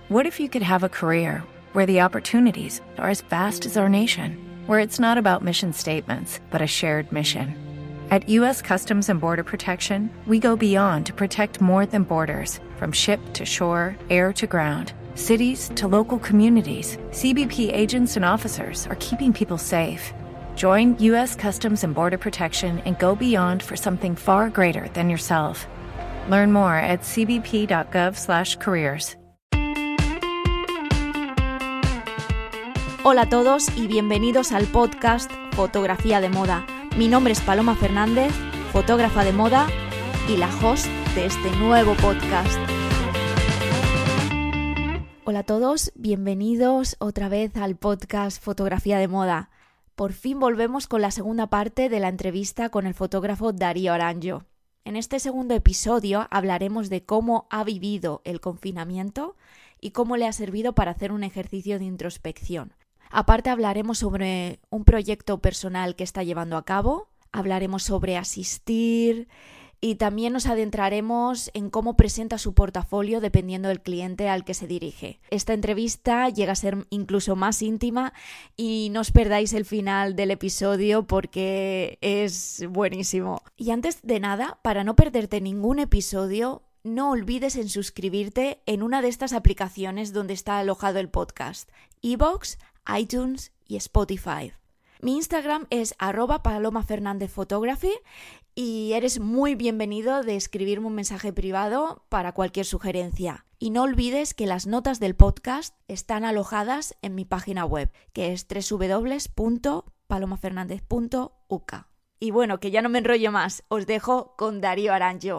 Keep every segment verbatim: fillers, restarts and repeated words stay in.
What if you could have a career where the opportunities are as vast as our nation, where it's not about mission statements, but a shared mission? At U S Customs and Border Protection, we go beyond to protect more than borders. From ship to shore, air to ground, cities to local communities, C B P agents and officers are keeping people safe. Join U S Customs and Border Protection and go beyond for something far greater than yourself. Learn more at c b p dot gov slash careers. Hola a todos y bienvenidos al podcast Fotografía de Moda. Mi nombre es Paloma Fernández, fotógrafa de moda y la host de este nuevo podcast. Hola a todos, bienvenidos otra vez al podcast Fotografía de Moda. Por fin volvemos con la segunda parte de la entrevista con el fotógrafo Darío Aranjo. En este segundo episodio hablaremos de cómo ha vivido el confinamiento y cómo le ha servido para hacer un ejercicio de introspección. Aparte hablaremos sobre un proyecto personal que está llevando a cabo, hablaremos sobre asistir y también nos adentraremos en cómo presenta su portafolio dependiendo del cliente al que se dirige. Esta entrevista llega a ser incluso más íntima y no os perdáis el final del episodio porque es buenísimo. Y antes de nada, para no perderte ningún episodio, no olvides en suscribirte en una de estas aplicaciones donde está alojado el podcast: iVoox, iTunes y Spotify. Mi Instagram es arroba Paloma Fernández Photography y eres muy bienvenido de escribirme un mensaje privado para cualquier sugerencia. Y no olvides que las notas del podcast están alojadas en mi página web, que es doble u doble u doble u punto paloma fernández punto u k. Y bueno, que ya no me enrollo más, os dejo con Darío Aranjo.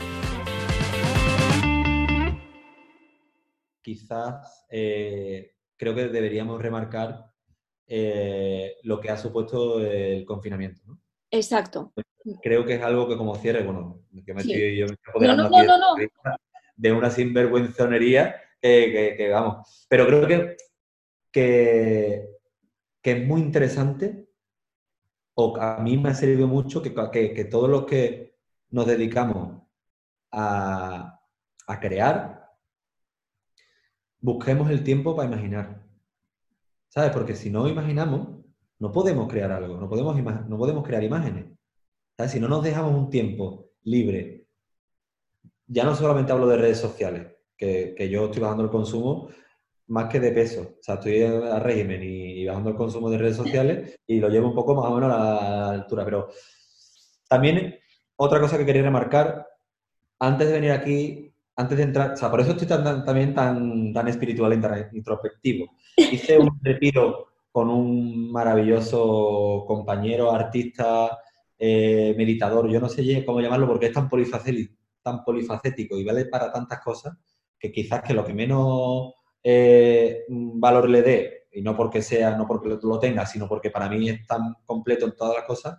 Quizás eh, creo que deberíamos remarcar eh, lo que ha supuesto el confinamiento, ¿no? Exacto. Creo que es algo que como cierre, bueno, que me Sí. estoy, yo me estoy apoderando No, no, aquí no, no, de, de una sinvergüenzonería que, que, que vamos. Pero creo que, que, que es muy interesante, o a mí me ha servido mucho que, que, que todos los que nos dedicamos a, a crear, busquemos el tiempo para imaginar, ¿sabes? Porque si no imaginamos, no podemos crear algo, no podemos, ima- no podemos crear imágenes, ¿sabes? Si no nos dejamos un tiempo libre, ya no solamente hablo de redes sociales, que, que yo estoy bajando el consumo más que de peso, o sea, estoy a régimen y, y bajando el consumo de redes sociales y lo llevo un poco más o menos a la altura, pero también otra cosa que quería remarcar, antes de venir aquí, antes de entrar, o sea, por eso estoy tan, tan- también tan, tan espiritual y tan introspectivo. Hice un retiro con un maravilloso compañero, artista, eh, meditador, yo no sé cómo llamarlo porque es tan polifacético, tan polifacético y vale para tantas cosas que quizás que lo que menos eh, valor le dé, y no porque sea, no porque lo, lo tenga, sino porque para mí es tan completo en todas las cosas,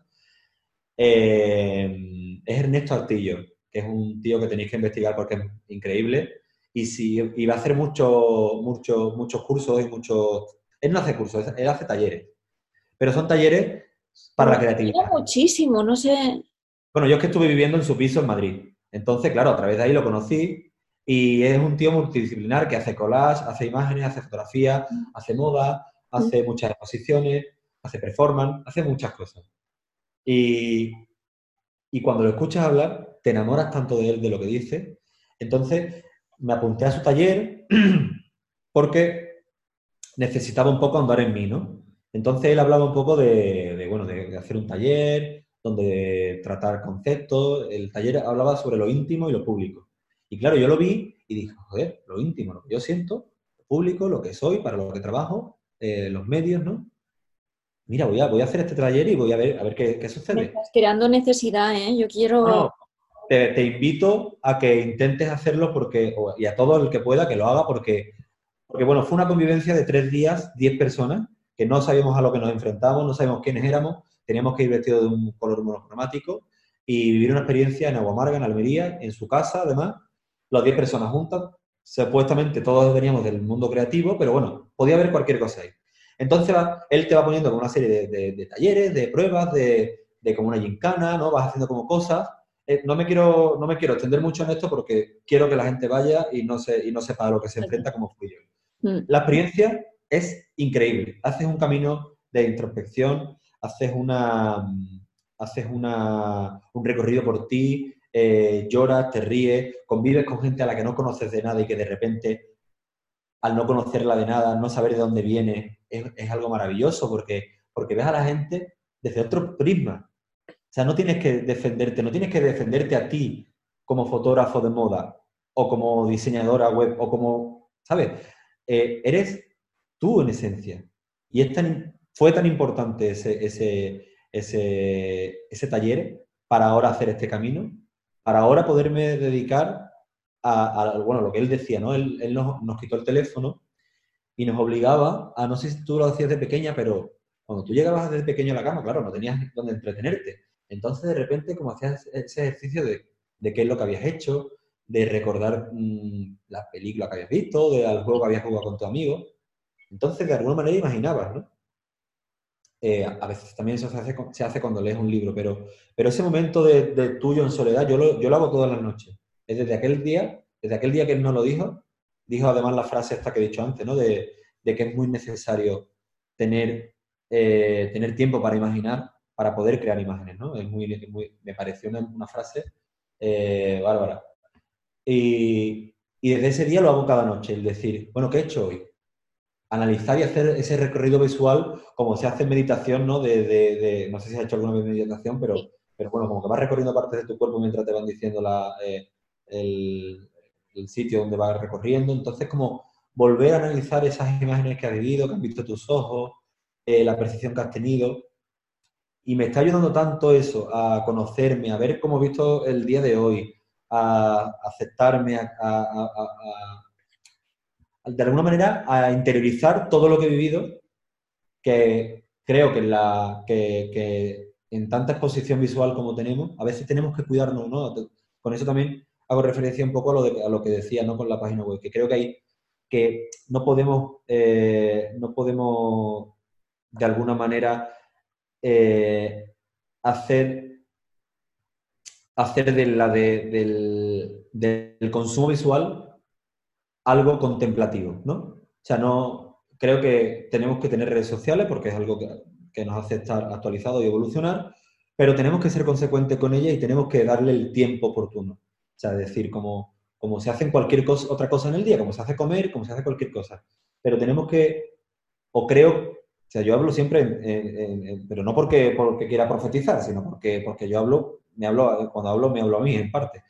eh, es Ernesto Artillo, que es un tío que tenéis que investigar porque es increíble. Y si y va a hacer muchos muchos muchos cursos y muchos... Él no hace cursos, él hace talleres. Pero son talleres para la creatividad. Muchísimo, no sé. Bueno, yo es que estuve viviendo en su piso en Madrid. Entonces, claro, a través de ahí lo conocí y es un tío multidisciplinar que hace collage, hace imágenes, hace fotografía, hace moda, hace muchas exposiciones, hace performance, hace muchas cosas. Y, y cuando lo escuchas hablar, te enamoras tanto de él, de lo que dice. Entonces, me apunté a su taller porque necesitaba un poco andar en mí, ¿no? Entonces, él hablaba un poco de, de, bueno, de, de hacer un taller, donde tratar conceptos. El taller hablaba sobre lo íntimo y lo público. Y claro, yo lo vi y dije, joder, lo íntimo, lo que yo siento, lo público, lo que soy, para lo que trabajo, eh, los medios, ¿no? Mira, voy a, voy a hacer este taller y voy a ver, a ver qué, qué Me sucede. estás creando necesidad, ¿eh? Yo quiero... No, no, te, te invito a que intentes hacerlo porque, o- y a todo el que pueda que lo haga porque, porque, bueno, fue una convivencia de tres días, diez personas, que no sabíamos a lo que nos enfrentábamos, no sabíamos quiénes éramos, teníamos que ir vestidos de un color monocromático y vivir una experiencia en Aguamarga, en Almería, en su casa, además, las diez personas juntas, supuestamente todos veníamos del mundo creativo, pero bueno, podía haber cualquier cosa ahí. Entonces, va- él te va poniendo como una serie de, de- de talleres, de pruebas, de, de como una gincana, ¿no? Vas haciendo como cosas eh, no, me quiero, no me quiero extender mucho en esto porque quiero que la gente vaya y no, se, y no sepa a lo que se enfrenta como fui yo. Mm. La experiencia es increíble. Haces un camino de introspección, haces, una, haces una, un recorrido por ti, eh, lloras, te ríes, convives con gente a la que no conoces de nada y que de repente, al no conocerla de nada, no saber de dónde viene, es, es algo maravilloso porque, porque ves a la gente desde otro prisma. O sea, no tienes que defenderte, no tienes que defenderte a ti como fotógrafo de moda o como diseñadora web o como, ¿sabes? Eh, eres tú en esencia. Y es tan, fue tan importante ese, ese, ese, ese taller para ahora hacer este camino, para ahora poderme dedicar a, a bueno, lo que él decía, ¿no? Él, él nos, nos quitó el teléfono y nos obligaba a, no sé si tú lo hacías de pequeña, pero cuando tú llegabas desde pequeño a la cama, claro, no tenías dónde entretenerte. Entonces, de repente, como hacías ese ejercicio de, de qué es lo que habías hecho, de recordar mmm, la película que habías visto, del juego que habías jugado con tu amigo, entonces, de alguna manera imaginabas, ¿no? Eh, a veces también eso se hace, se hace cuando lees un libro, pero, pero ese momento de, de tuyo en soledad, yo lo, yo lo hago todas las noches. Es desde aquel día, desde aquel día que él nos lo dijo, dijo además la frase esta que he dicho antes, ¿no? De, de que es muy necesario tener, eh, tener tiempo para imaginar, para poder crear imágenes, ¿no? Es muy, muy, me pareció una, una frase eh, bárbara. Y, y desde ese día lo hago cada noche, el decir, bueno, ¿qué he hecho hoy? Analizar y hacer ese recorrido visual como se hace en meditación, ¿no? De, de, de, no sé si has hecho alguna vez meditación, pero, pero bueno, como que vas recorriendo partes de tu cuerpo mientras te van diciendo la, eh, el, el sitio donde vas recorriendo. Entonces, como volver a analizar esas imágenes que has vivido, que han visto tus ojos, eh, la percepción que has tenido. Y me está ayudando tanto eso, a conocerme, a ver cómo he visto el día de hoy, a aceptarme, a, a, a, a de alguna manera, a interiorizar todo lo que he vivido, que creo que en, la, que, que en tanta exposición visual como tenemos, a veces tenemos que cuidarnos, ¿no? Con eso también hago referencia un poco a lo, de, a lo que decía, ¿no? Con la página web, que creo que hay que no podemos, eh, no podemos de alguna manera eh, hacer, hacer de la de, del, del consumo visual algo contemplativo, ¿no? O sea, no creo que tenemos que tener redes sociales porque es algo que, que nos hace estar actualizados y evolucionar, pero tenemos que ser consecuentes con ellas y tenemos que darle el tiempo oportuno. O sea, es decir, como, como se hace en cualquier cosa, otra cosa en el día, como se hace comer, como se hace cualquier cosa. Pero tenemos que, o creo, o sea, yo hablo siempre, en, en, en, pero no porque, porque quiera profetizar, sino porque, porque yo hablo, me hablo, cuando hablo me hablo a mí en parte.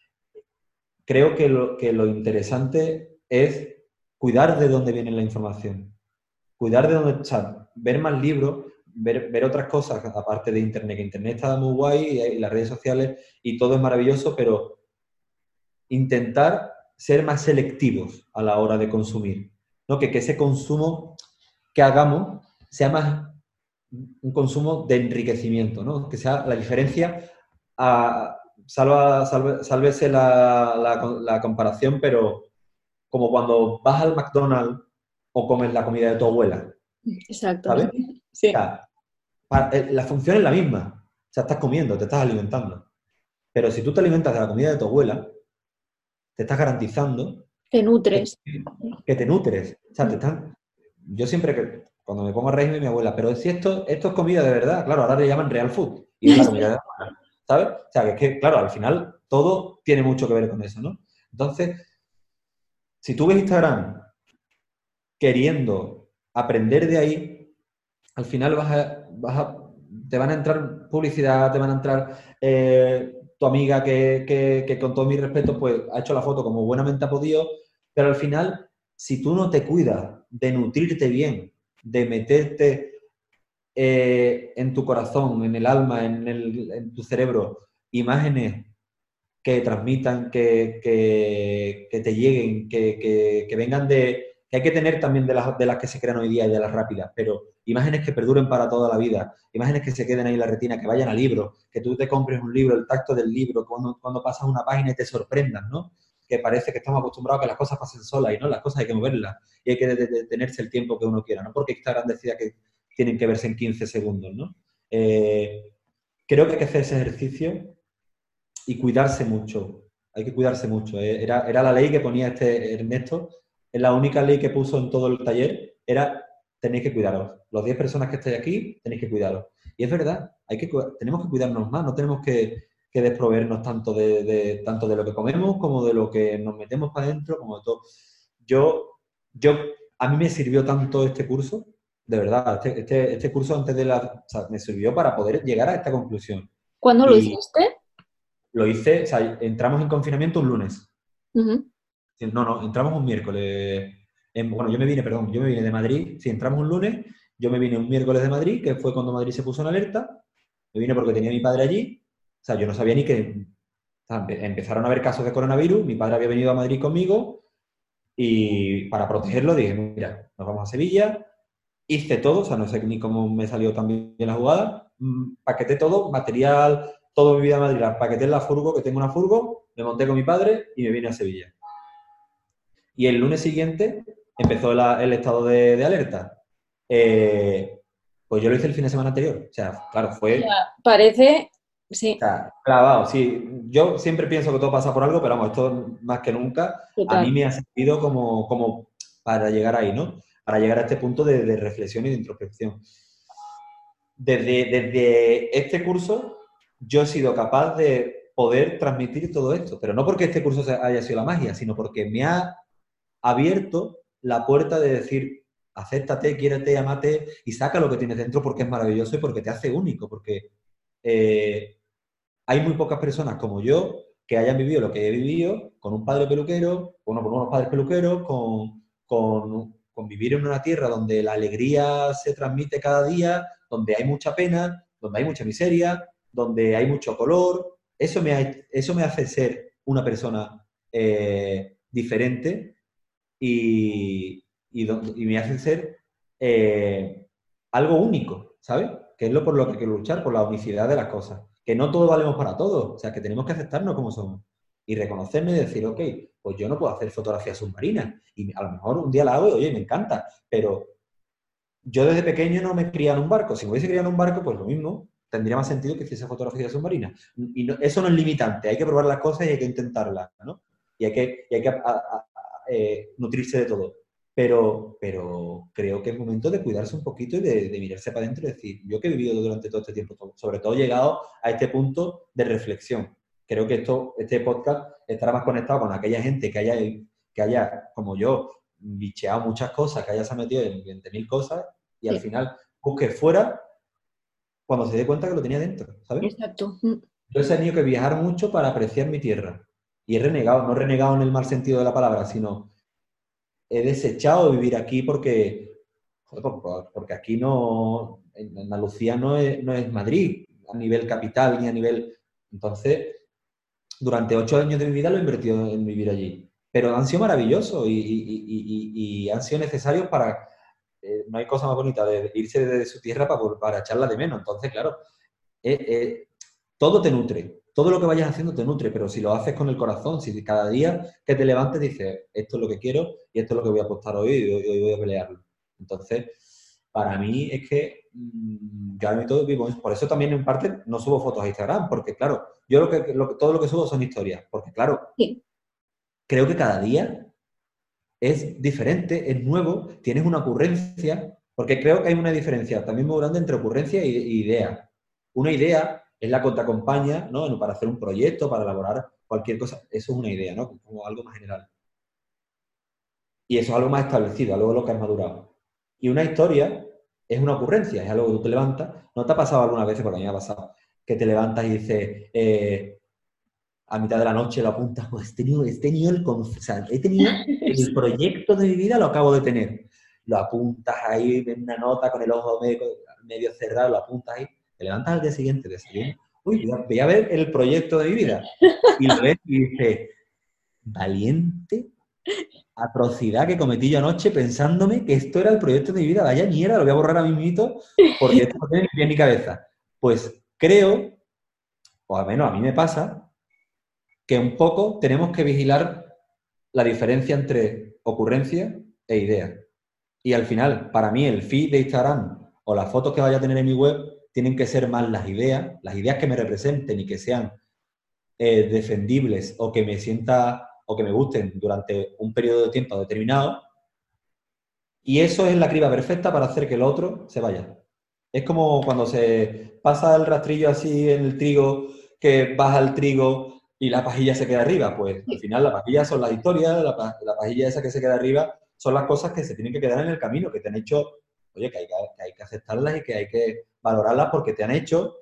Creo que lo, que lo interesante es cuidar de dónde viene la información. Cuidar de dónde, o sea, ver más libros, ver, ver otras cosas aparte de Internet, que Internet está muy guay y las redes sociales y todo es maravilloso, pero intentar ser más selectivos a la hora de consumir, ¿no? Que, que ese consumo que hagamos sea más un consumo de enriquecimiento, ¿no? Que sea la diferencia a, salva, salve, sálvese la, la, la comparación, pero como cuando vas al McDonald's o comes la comida de tu abuela. Exacto. ¿Sabes? Sí. O sea, la función es la misma. O sea, estás comiendo, te estás alimentando. Pero si tú te alimentas de la comida de tu abuela, te estás garantizando te nutres. Que, que te nutres. O sea, te están... Yo siempre que, cuando me pongo a reírme mi abuela, pero si esto, esto es comida de verdad, claro, ahora le llaman real food. Y es la comida de verdad, ¿sabes? O sea, que es que, claro, al final todo tiene mucho que ver con eso, ¿no? Entonces, si tú ves Instagram queriendo aprender de ahí, al final vas a, vas a, te van a entrar publicidad, te van a entrar eh, tu amiga que, que, que con todo mi respeto pues ha hecho la foto como buenamente ha podido, pero al final, si tú no te cuidas de nutrirte bien, de meterte eh, en tu corazón, en el alma, en, el, en tu cerebro, imágenes que transmitan, que, que, que te lleguen, que, que, que vengan de... que hay que tener también de las, de las que se crean hoy día y de las rápidas, pero imágenes que perduren para toda la vida, imágenes que se queden ahí en la retina, que vayan a libros, que tú te compres un libro, el tacto del libro, cuando, cuando pasas una página y te sorprendas, ¿no? Que parece que estamos acostumbrados a que las cosas pasen solas y no, las cosas hay que moverlas y hay que detenerse el tiempo que uno quiera, ¿no? Porque Instagram decía que tienen que verse en quince segundos, ¿no? Eh, creo que hay que hacer ese ejercicio y cuidarse mucho. Hay que cuidarse mucho. ¿eh? Era, era la ley que ponía este Ernesto, es la única ley que puso en todo el taller, era tenéis que cuidaros. Los diez personas que estáis aquí, tenéis que cuidaros. Y es verdad, hay que, tenemos que cuidarnos más, no tenemos que, que desproveernos tanto de, de, tanto de lo que comemos como de lo que nos metemos para adentro, como de todo. Yo, yo, a mí me sirvió tanto este curso, de verdad, este, este, este curso antes de la... O sea, me sirvió para poder llegar a esta conclusión. ¿Cuándo lo Y hiciste? lo hice, o sea, entramos en confinamiento un lunes. Uh-huh. No, no, entramos un miércoles. En, bueno, yo me vine, perdón, yo me vine de Madrid. Si entramos un lunes, yo me vine un miércoles de Madrid, que fue cuando Madrid se puso en alerta. Me vine porque tenía a mi padre allí. O sea, yo no sabía ni que... O sea, empezaron a haber casos de coronavirus. Mi padre había venido a Madrid conmigo y para protegerlo dije, mira, nos vamos a Sevilla. Hice todo, o sea, no sé ni cómo me salió tan bien la jugada. Paqueté todo, material, todo mi vida en Madrid. Paqueté en la furgo, que tengo una furgo, me monté con mi padre y me vine a Sevilla. Y el lunes siguiente empezó la, el estado de, de alerta. Eh, pues yo lo hice el fin de semana anterior. O sea, claro, fue... Ya, parece... Sí. O sea, clavado, sí. Yo siempre pienso que todo pasa por algo, pero vamos, esto más que nunca Total. a mí me ha servido como, como para llegar ahí, ¿no? Para llegar a este punto de, de reflexión y de introspección. Desde, desde este curso yo he sido capaz de poder transmitir todo esto, pero no porque este curso haya sido la magia, sino porque me ha abierto la puerta de decir, acéptate, quiérete, amate y saca lo que tienes dentro porque es maravilloso y porque te hace único, porque eh, hay muy pocas personas como yo que hayan vivido lo que he vivido con un padre peluquero, bueno, con unos padres peluqueros, con, con, con vivir en una tierra donde la alegría se transmite cada día, donde hay mucha pena, donde hay mucha miseria, donde hay mucho color. Eso me, ha, eso me hace ser una persona eh, diferente y, y, y me hace ser eh, algo único, ¿sabes? Que es lo por lo que quiero luchar, por la unicidad de las cosas. Que no todos valemos para todos, o sea, que tenemos que aceptarnos como somos y reconocernos y decir, ok, pues yo no puedo hacer fotografías submarinas y a lo mejor un día la hago y, oye, me encanta, pero yo desde pequeño no me crié en un barco. Si me hubiese criado en un barco, pues lo mismo, tendría más sentido que hiciese fotografías submarinas. Y no, eso no es limitante, hay que probar las cosas y hay que intentarlas, ¿no? Y hay que, y hay que a, a, a, eh, nutrirse de todo. Pero, pero creo que es momento de cuidarse un poquito y de, de mirarse para adentro y decir, yo que he vivido durante todo este tiempo, sobre todo llegado a este punto de reflexión. Creo que esto, este podcast estará más conectado con aquella gente que haya, que haya, como yo, bicheado muchas cosas, que haya se metido en veinte mil cosas y al Sí. final busque fuera cuando se dé cuenta que lo tenía dentro, ¿sabes? Exacto. Yo he tenido que viajar mucho para apreciar mi tierra. Y he renegado, no he renegado en el mal sentido de la palabra, sino he desechado vivir aquí porque, joder, porque aquí no, en Andalucía no es, no es Madrid, a nivel capital ni a nivel... Entonces, durante ocho años de mi vida lo he invertido en vivir allí. Pero han sido maravillosos y, y, y, y, y han sido necesarios para... Eh, no hay cosa más bonita de irse de su tierra para, para echarla de menos. Entonces, claro, eh, eh, todo te nutre. Todo lo que vayas haciendo te nutre, pero si lo haces con el corazón, si cada día que te levantes dices, esto es lo que quiero y esto es lo que voy a apostar hoy y hoy, hoy voy a pelearlo. Entonces, para mí es que mmm, yo ahora todo vivo, por eso también en parte no subo fotos a Instagram, porque claro, yo lo que, lo, todo lo que subo son historias, porque claro, Sí. creo que cada día es diferente, es nuevo, tienes una ocurrencia, porque creo que hay una diferencia también muy grande entre ocurrencia e idea. Una idea es la que te acompaña, ¿no? Para hacer un proyecto, para elaborar cualquier cosa, eso es una idea, ¿no? Como algo más general. Y eso es algo más establecido, algo de lo que has madurado. Y una historia es una ocurrencia, es algo que tú te levantas. ¿No te ha pasado alguna vez, porque a mí me ha pasado, que te levantas y dices, eh, a mitad de la noche lo apuntas, pues he tenido, he tenido, el, o sea, he tenido el proyecto de mi vida, lo acabo de tener. Lo apuntas ahí en una nota con el ojo medio, medio cerrado, lo apuntas ahí, te levantas al día siguiente, desayuno, uy, voy a, voy a ver el proyecto de mi vida. Y lo ves y dices, valiente atrocidad que cometí yo anoche pensándome que esto era el proyecto de mi vida, vaya mierda, lo voy a borrar a mí mismo porque esto no tiene ni en mi cabeza. Pues creo, o al menos a mí me pasa, que un poco tenemos que vigilar la diferencia entre ocurrencia e idea. Y al final, para mí, el feed de Instagram o las fotos que vaya a tener en mi web tienen que ser más las ideas, las ideas que me representen y que sean eh, defendibles o que me sienta o que me gusten durante un periodo de tiempo determinado. Y eso es la criba perfecta para hacer que el otro se vaya. Es como cuando se pasa el rastrillo así en el trigo, que baja el trigo y la pajilla se queda arriba. Pues al final la pajilla son las historias, la, la pajilla esa que se queda arriba son las cosas que se tienen que quedar en el camino, que te han hecho, oye, que hay que, que, hay que aceptarlas y que hay que valorarlas porque te han hecho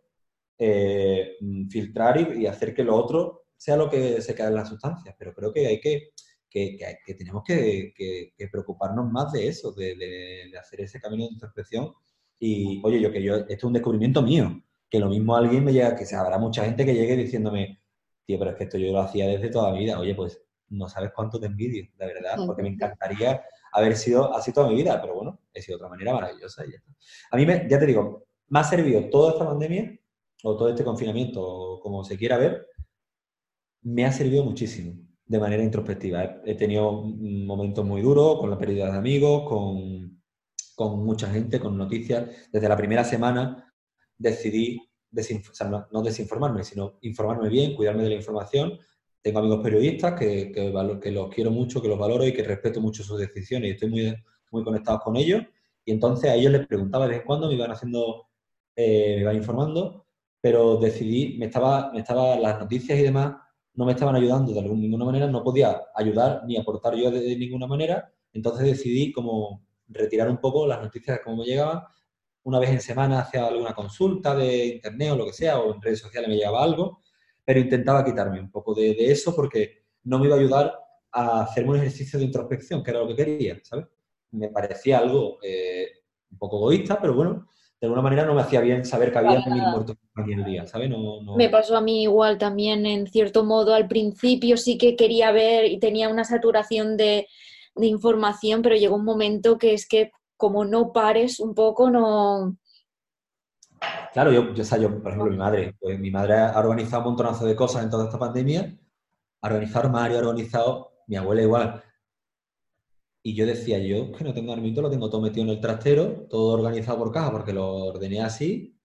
eh, filtrar y, y hacer que lo otro sea lo que se queda en las sustancias. Pero creo que hay que, que, que, que tenemos que, que, que preocuparnos más de eso, de, de, de hacer ese camino de introspección. Y, oye, yo que yo, esto es un descubrimiento mío, que lo mismo alguien me llega, que se habrá mucha gente que llegue diciéndome, tío, pero es que esto yo lo hacía desde toda mi vida. Oye, pues no sabes cuánto te envidio, de verdad, porque me encantaría haber sido así toda mi vida, pero bueno, he sido de otra manera maravillosa y ya está. A mí, me, ya te digo, me ha servido toda esta pandemia, o todo este confinamiento, o como se quiera ver, me ha servido muchísimo de manera introspectiva. He, he tenido momentos muy duros con la pérdida de amigos, con, con mucha gente, con noticias. Desde la primera semana decidí, desinf o sea, no, no desinformarme, sino informarme bien, cuidarme de la información. Tengo amigos periodistas que, que, que los quiero mucho, que los valoro y que respeto mucho sus decisiones y estoy muy, muy conectado con ellos. Y entonces a ellos les preguntaba de vez en cuando, me iban haciendo, eh, me iban informando, pero decidí, me estaba, me estaba, las noticias y demás no me estaban ayudando de alguna, ninguna manera, no podía ayudar ni aportar yo de, de ninguna manera, entonces decidí como retirar un poco las noticias como me llegaban. Una vez en semana hacía alguna consulta de internet o lo que sea, o en redes sociales me llegaba algo, pero intentaba quitarme un poco de, de eso porque no me iba a ayudar a hacerme un ejercicio de introspección, que era lo que quería, ¿sabes? Me parecía algo eh, un poco egoísta, pero bueno, de alguna manera no me hacía bien saber que había mil muertos aquí en el día, ¿sabes? No, no... Me pasó a mí igual también, en cierto modo. Al principio sí que quería ver y tenía una saturación de, de información, pero llegó un momento que es que como no pares un poco, no... Claro, yo, yo, o sea, yo, por ejemplo, mi madre, pues mi madre ha organizado un montonazo de cosas en toda esta pandemia, ha organizado armario, ha organizado, mi abuela igual. Y yo decía, yo que no tengo armito, lo tengo todo metido en el trastero, todo organizado por caja, porque lo ordené así,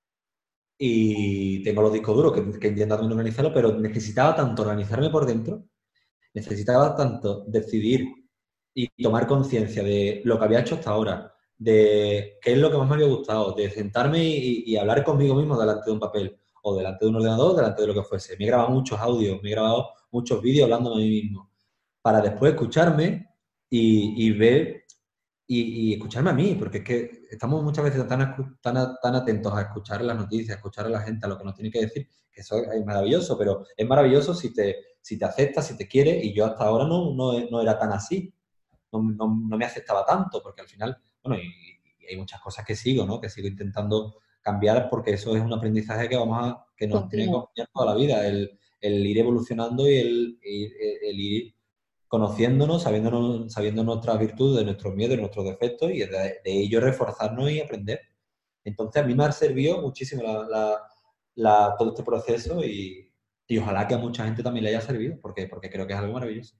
y tengo los discos duros que, que intento también organizarlo, pero necesitaba tanto organizarme por dentro, necesitaba tanto decidir y tomar conciencia de lo que había hecho hasta ahora, de qué es lo que más me había gustado, de sentarme y, y hablar conmigo mismo delante de un papel, o delante de un ordenador, delante de lo que fuese. Me he grabado muchos audios, me he grabado muchos vídeos hablándome a mí mismo, para después escucharme y, y ver y, y, escucharme a mí, porque es que estamos muchas veces tan, tan, tan atentos a escuchar las noticias, a escuchar a la gente, a lo que nos tiene que decir, que eso es maravilloso, pero es maravilloso si te, si te aceptas, si te quieres, y yo hasta ahora no, no, no era tan así, no, no, no me aceptaba tanto, porque al final, bueno, y, y hay muchas cosas que sigo, ¿no? Que sigo intentando cambiar, porque eso es un aprendizaje que vamos a, que nos tiene que acompañar toda la vida, el, el ir evolucionando y el, el, el ir conociéndonos, sabiéndonos, sabiendo nuestras virtudes, nuestros miedos, nuestros defectos y de, de ello reforzarnos y aprender. Entonces a mí me ha servido muchísimo la, la, la, todo este proceso y, y ojalá que a mucha gente también le haya servido, porque, porque creo que es algo maravilloso.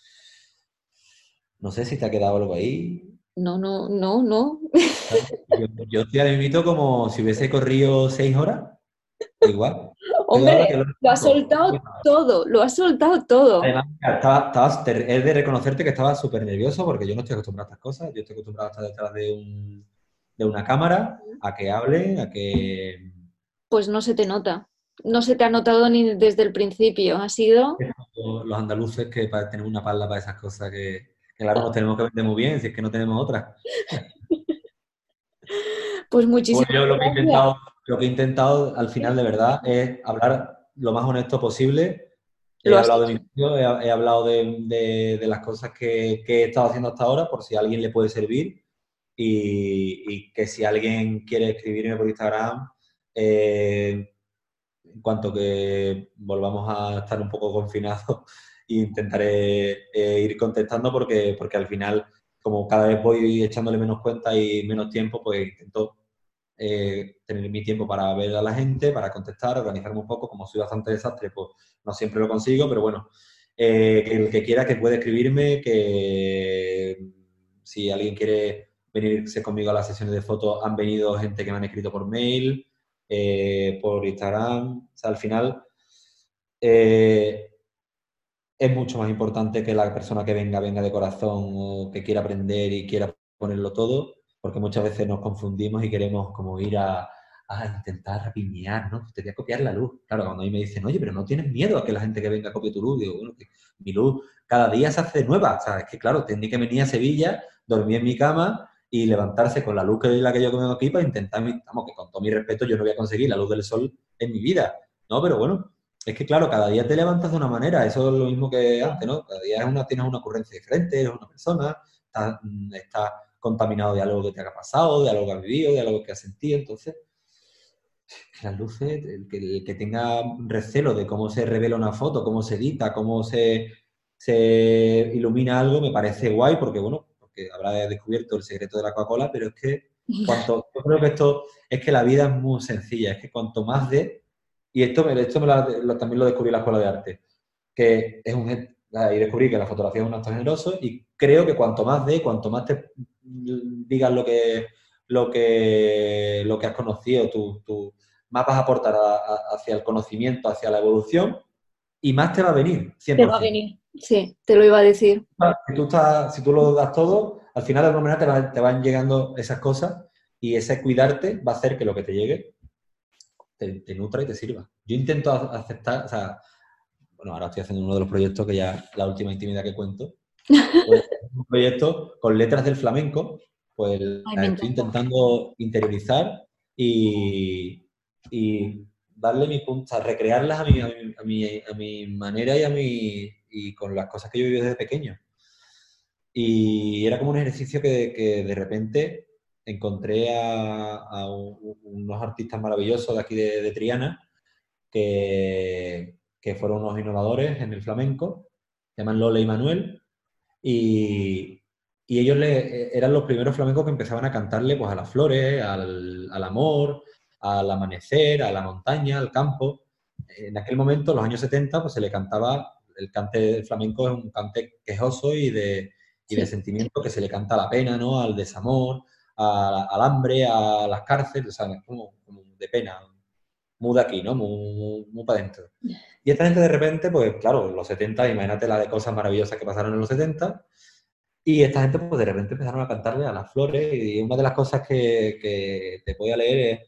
No sé si te ha quedado algo ahí. No, no, no, no. Yo, yo te invito como si hubiese corrido seis horas, igual. Hombre, lo has soltado todo, lo has soltado todo. Además, estaba, estaba, es de reconocerte que estaba súper nervioso porque yo no estoy acostumbrado a estas cosas. Yo estoy acostumbrado a estar detrás de, un, de una cámara, a que hable, a que... Pues no se te nota. No se te ha notado ni desde el principio. Ha sido... Los andaluces que para tener una pala para esas cosas que, que, claro, nos tenemos que vender muy bien, si es que no tenemos otra. Pues muchísimas Pues yo lo que he gracias. intentado, lo que he intentado al final de verdad es hablar lo más honesto posible. He Lo has hablado de hecho. mi vídeo, he, he hablado de, de, de las cosas que, que he estado haciendo hasta ahora, por si a alguien le puede servir. Y, y que si alguien quiere escribirme por Instagram, eh, en cuanto que volvamos a estar un poco confinados, intentaré eh, ir contestando porque, porque al final, como cada vez voy echándole menos cuenta y menos tiempo, pues intento eh, tener mi tiempo para ver a la gente, para contestar, organizarme un poco. Como soy bastante desastre, pues no siempre lo consigo, pero bueno, eh, que el que quiera que puede escribirme, que si alguien quiere venirse conmigo a las sesiones de fotos, han venido gente que me han escrito por mail, eh, por Instagram, o sea, al final eh, es mucho más importante que la persona que venga, venga de corazón o que quiera aprender y quiera ponerlo todo, porque muchas veces nos confundimos y queremos como ir a, a intentar rapiñar, ¿no? Te voy a copiar la luz. Claro, cuando a mí me dicen, oye, pero no tienes miedo a que la gente que venga copie tu luz, digo, bueno, que mi luz cada día se hace nueva. O sea, es que claro, tenía que venir a Sevilla, dormir en mi cama y levantarse con la luz que es la que yo tengo aquí para intentar, vamos, que con todo mi respeto yo no voy a conseguir la luz del sol en mi vida, ¿no? Pero bueno, es que claro, cada día te levantas de una manera, eso es lo mismo que antes, ¿no? Cada día es una, tienes una ocurrencia diferente, eres una persona, estás, estás contaminado de algo que te haya pasado, de algo que has vivido, de algo que has sentido, entonces las luces, el que, el que tenga recelo de cómo se revela una foto, cómo se edita, cómo se, se ilumina algo, me parece guay, porque bueno, porque habrá descubierto el secreto de la Coca-Cola, pero es que cuanto, yo creo que esto es que la vida es muy sencilla, es que cuanto más de, y esto, esto me lo, lo, también lo descubrí en la escuela de arte, que es un, y descubrí que la fotografía es un acto generoso y creo que cuanto más de, cuanto más te digas lo que lo que, lo que has conocido, tú, tú más vas a aportar a, a, hacia el conocimiento, hacia la evolución, y más te va a venir, cien por ciento. Te va a venir, sí, te lo iba a decir. Si tú, estás, si tú lo das todo, al final de alguna manera te, va, te van llegando esas cosas y ese cuidarte va a hacer que lo que te llegue te, te nutra y te sirva. Yo intento aceptar, o sea, bueno, ahora estoy haciendo uno de los proyectos que ya, la última intimidad que cuento, pues, un proyecto con letras del flamenco, pues Ay, estoy intentando interiorizar y, y darle mi punto, o sea, recrearlas a mi, a, mi, a, mi, a mi manera y, a mi, y con las cosas que yo viví desde pequeño. Y era como un ejercicio que, que de repente encontré a, a un, unos artistas maravillosos de aquí de, de Triana, que, que fueron unos innovadores en el flamenco, se llaman Lola y Manuel, y, y ellos le, eran los primeros flamencos que empezaban a cantarle pues, a las flores, al, al amor, al amanecer, a la montaña, al campo. En aquel momento, en los años setenta, pues se le cantaba, el cante flamenco es un cante quejoso y de, y sí. de sentimiento que se le canta a la pena, ¿no? Al desamor, a, al hambre, a las cárceles, o sea, es como, como de pena, muy de aquí, ¿no? Muy, muy, muy para adentro. Y esta gente de repente, pues claro, en los setenta, imagínate la de cosas maravillosas que pasaron en los setenta, y esta gente pues de repente empezaron a cantarle a las flores, y una de las cosas que, que te voy a leer es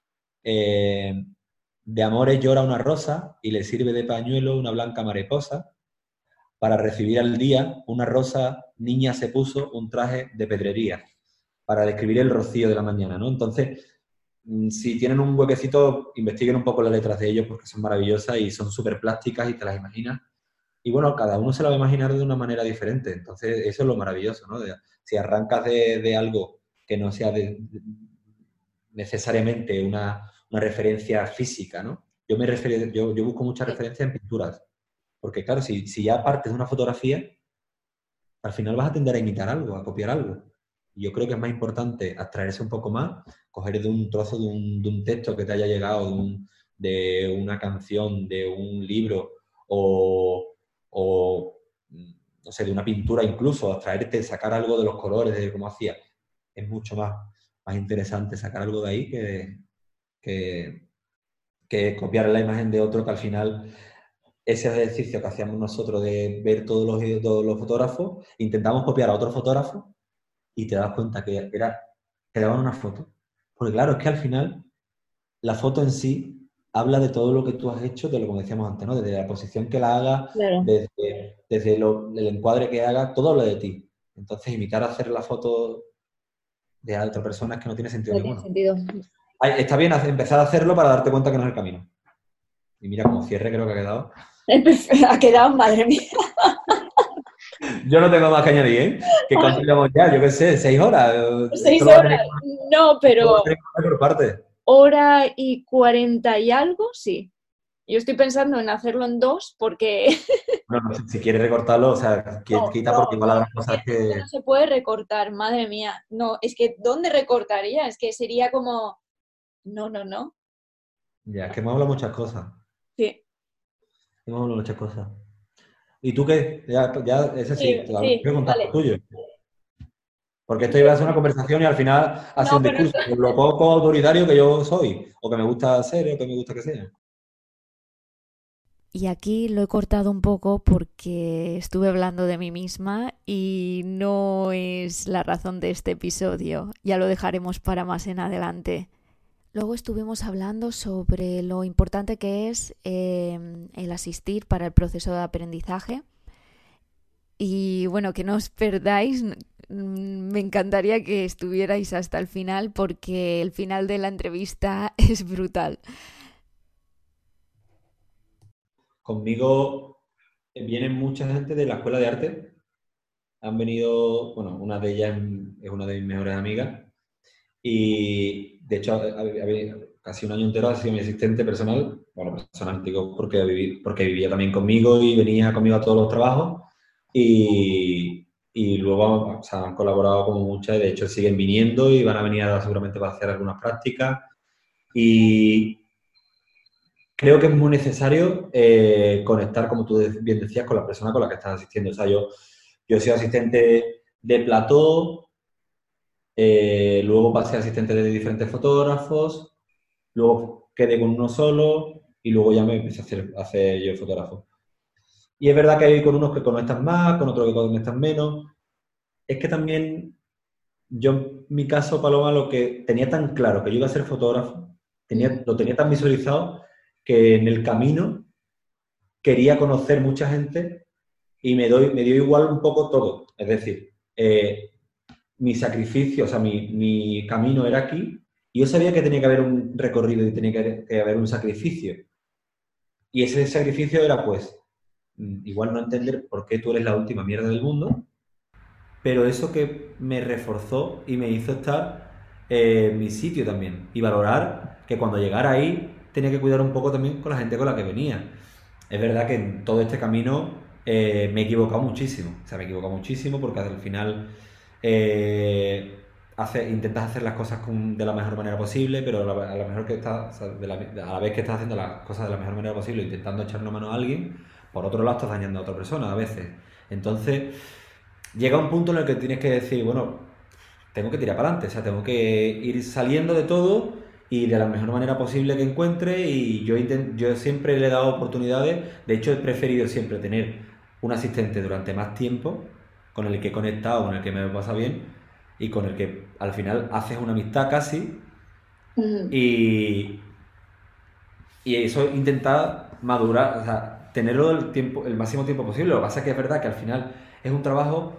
eh, de amores llora una rosa y le sirve de pañuelo una blanca mariposa, para recibir al día una rosa niña se puso un traje de pedrería, para describir el rocío de la mañana, ¿no? Entonces, si tienen un huequecito, investiguen un poco las letras de ellos porque son maravillosas y son súper plásticas y te las imaginas. Y bueno, cada uno se la va a imaginar de una manera diferente. Entonces, eso es lo maravilloso, ¿no? De, si arrancas de, de algo que no sea de, de, necesariamente una, una referencia física, ¿no? Yo, me refiero, yo, yo busco muchas referencias en pinturas. Porque claro, si, si ya partes de una fotografía, al final vas a tender a imitar algo, a copiar algo. Yo creo que es más importante abstraerse un poco más, coger de un trozo de un, de un texto que te haya llegado, de, un, de una canción, de un libro o, o, no sé, de una pintura incluso, abstraerte, sacar algo de los colores, de cómo hacía. Es mucho más, más interesante sacar algo de ahí que, que, que copiar la imagen de otro que al final... Ese ejercicio que hacíamos nosotros de ver todos los, todos los fotógrafos, intentamos copiar a otros fotógrafos y te das cuenta que era, que daban una foto. Porque claro, es que al final la foto en sí habla de todo lo que tú has hecho, de lo que decíamos antes, ¿no? Desde la posición que la hagas, claro. desde, desde lo, el encuadre que haga, todo habla de ti. Entonces, imitar a hacer la foto de otra persona es que no tiene sentido no ninguno. Tiene sentido. Ay, está bien empezar a hacerlo para darte cuenta que no es el camino. Y mira, como cierre creo que ha quedado. Ha quedado, madre mía. Yo no tengo más que añadir, ¿eh? Que continuamos ya, yo qué sé, seis horas. Seis horas, no, pero... Por parte. Hora y cuarenta y algo, sí. Yo estoy pensando en hacerlo en dos porque... Bueno, no, si quieres recortarlo, o sea, no, quita no, porque igual no, habrá cosas que... No se puede recortar, madre mía. No, es que ¿dónde recortaría? Es que sería como... No, no, no. Ya, es que hemos hablado muchas cosas. Sí. Hemos hablado muchas cosas. ¿Y tú qué? Ya, ya ese sí, sí, te sí, voy a contar vale. lo tuyo. Porque esto iba a ser una conversación y al final hace no, un discurso por lo poco autoritario que yo soy, o que me gusta ser, o que me gusta que sea. Y aquí lo he cortado un poco porque estuve hablando de mí misma y no es la razón de este episodio. Ya lo dejaremos para más en adelante. Luego estuvimos hablando sobre lo importante que es eh, el asistir para el proceso de aprendizaje. Y bueno, que no os perdáis, me encantaría que estuvierais hasta el final porque el final de la entrevista es brutal. Conmigo vienen mucha gente de la escuela de arte. Han venido, bueno, una de ellas es una de mis mejores amigas. Y de hecho, a- a- a- casi un año entero ha sido mi asistente personal. Bueno, personal, digo, porque, viví- porque vivía también conmigo y venía conmigo a todos los trabajos. Y, y luego, o sea, han colaborado como muchas, y de hecho siguen viniendo y van a venir ahora seguramente para hacer algunas prácticas. Y creo que es muy necesario eh, conectar, como tú de- bien decías, con la persona con la que estás asistiendo. O sea, yo, yo he sido asistente de plató, eh, luego pasé a asistente de diferentes fotógrafos, luego quedé con uno solo y luego ya me empecé a hacer, a hacer yo fotógrafo. Y es verdad que hay con unos que conectas más, con otros que conectas menos. Es que también yo, en mi caso, Paloma, lo que tenía tan claro que yo iba a ser fotógrafo, tenía, lo tenía tan visualizado que en el camino quería conocer mucha gente y me, doy, me dio igual un poco todo. Es decir, eh, mi sacrificio, o sea, mi, mi camino era aquí y yo sabía que tenía que haber un recorrido y tenía que, que haber un sacrificio. Y ese sacrificio era, pues, mm, igual no entender por qué tú eres la última mierda del mundo, pero eso que me reforzó y me hizo estar eh, en mi sitio también y valorar que cuando llegara ahí tenía que cuidar un poco también con la gente con la que venía. Es verdad que en todo este camino eh, me he equivocado muchísimo, o sea, me he equivocado muchísimo porque al final eh, hace, intentas hacer las cosas con- de la mejor manera posible, pero a la, a la mejor que estás, o sea, de la- a la vez que estás haciendo las cosas de la mejor manera posible, intentando echar una mano a alguien, por otro lado estás dañando a otra persona a veces. Entonces, llega un punto en el que tienes que decir, bueno, tengo que tirar para adelante, o sea, tengo que ir saliendo de todo y de la mejor manera posible que encuentre y yo, intent- yo siempre le he dado oportunidades, de hecho he preferido siempre tener un asistente durante más tiempo con el que he conectado, con el que me pasa bien y con el que al final haces una amistad casi y, y eso intentar madurar, o sea, tenerlo el tiempo, el máximo tiempo posible. Lo que pasa es que es verdad que al final es un trabajo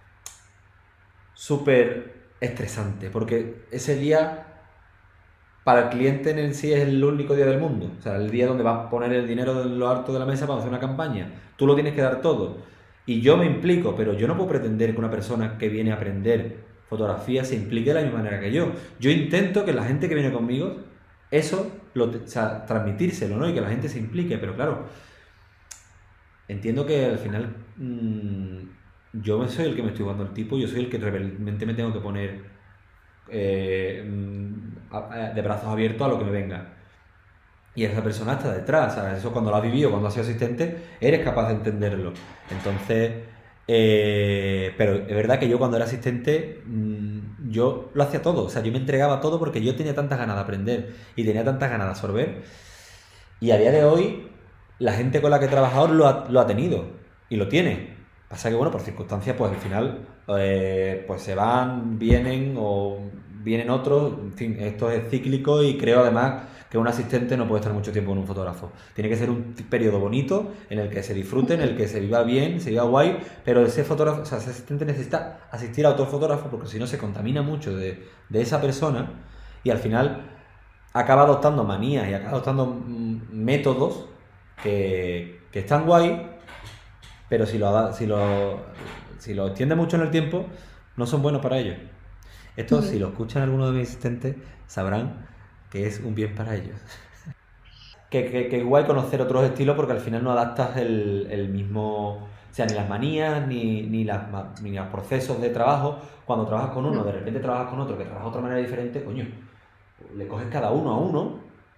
súper estresante, porque ese día para el cliente en sí es el único día del mundo. O sea, el día donde vas a poner el dinero en lo alto de la mesa para hacer una campaña. Tú lo tienes que dar todo. Y yo me implico, pero yo no puedo pretender que una persona que viene a aprender fotografía se implique de la misma manera que yo. Yo intento que la gente que viene conmigo, eso, lo, o sea, transmitírselo, ¿no? Y que la gente se implique, pero claro, entiendo que al final mmm, yo soy el que me estoy jugando el tipo, yo soy el que realmente me tengo que poner eh, mm, de brazos abiertos a lo que me venga. Y esa persona está detrás, ¿sabes? Eso cuando lo has vivido, cuando has sido asistente, eres capaz de entenderlo. Entonces, eh, pero es verdad que yo cuando era asistente, mmm, yo lo hacía todo, o sea, yo me entregaba todo porque yo tenía tantas ganas de aprender y tenía tantas ganas de absorber. Y a día de hoy, la gente con la que he trabajado lo ha, lo ha tenido y lo tiene. Pasa que, bueno, por circunstancias, pues al final, eh, pues se van, vienen o vienen otros. En fin, esto es cíclico y creo además que un asistente no puede estar mucho tiempo con un fotógrafo. Tiene que ser un periodo bonito en el que se disfrute, en el que se viva bien, se viva guay, pero ese fotógrafo, o sea, ese asistente necesita asistir a otro fotógrafo porque si no se contamina mucho de, de esa persona y al final acaba adoptando manías y acaba adoptando mm, métodos que, que están guay, pero si lo, si, lo, si lo extiende mucho en el tiempo, no son buenos para ellos. Esto, uh-huh. Si lo escuchan algunos de mis asistentes, sabrán que es un bien para ellos. que, que, que es guay conocer otros estilos porque al final no adaptas el, el mismo... O sea, ni las manías, ni, ni, las, ni los procesos de trabajo. Cuando trabajas con uno, de repente trabajas con otro que trabaja de otra manera diferente, coño, le coges cada uno a uno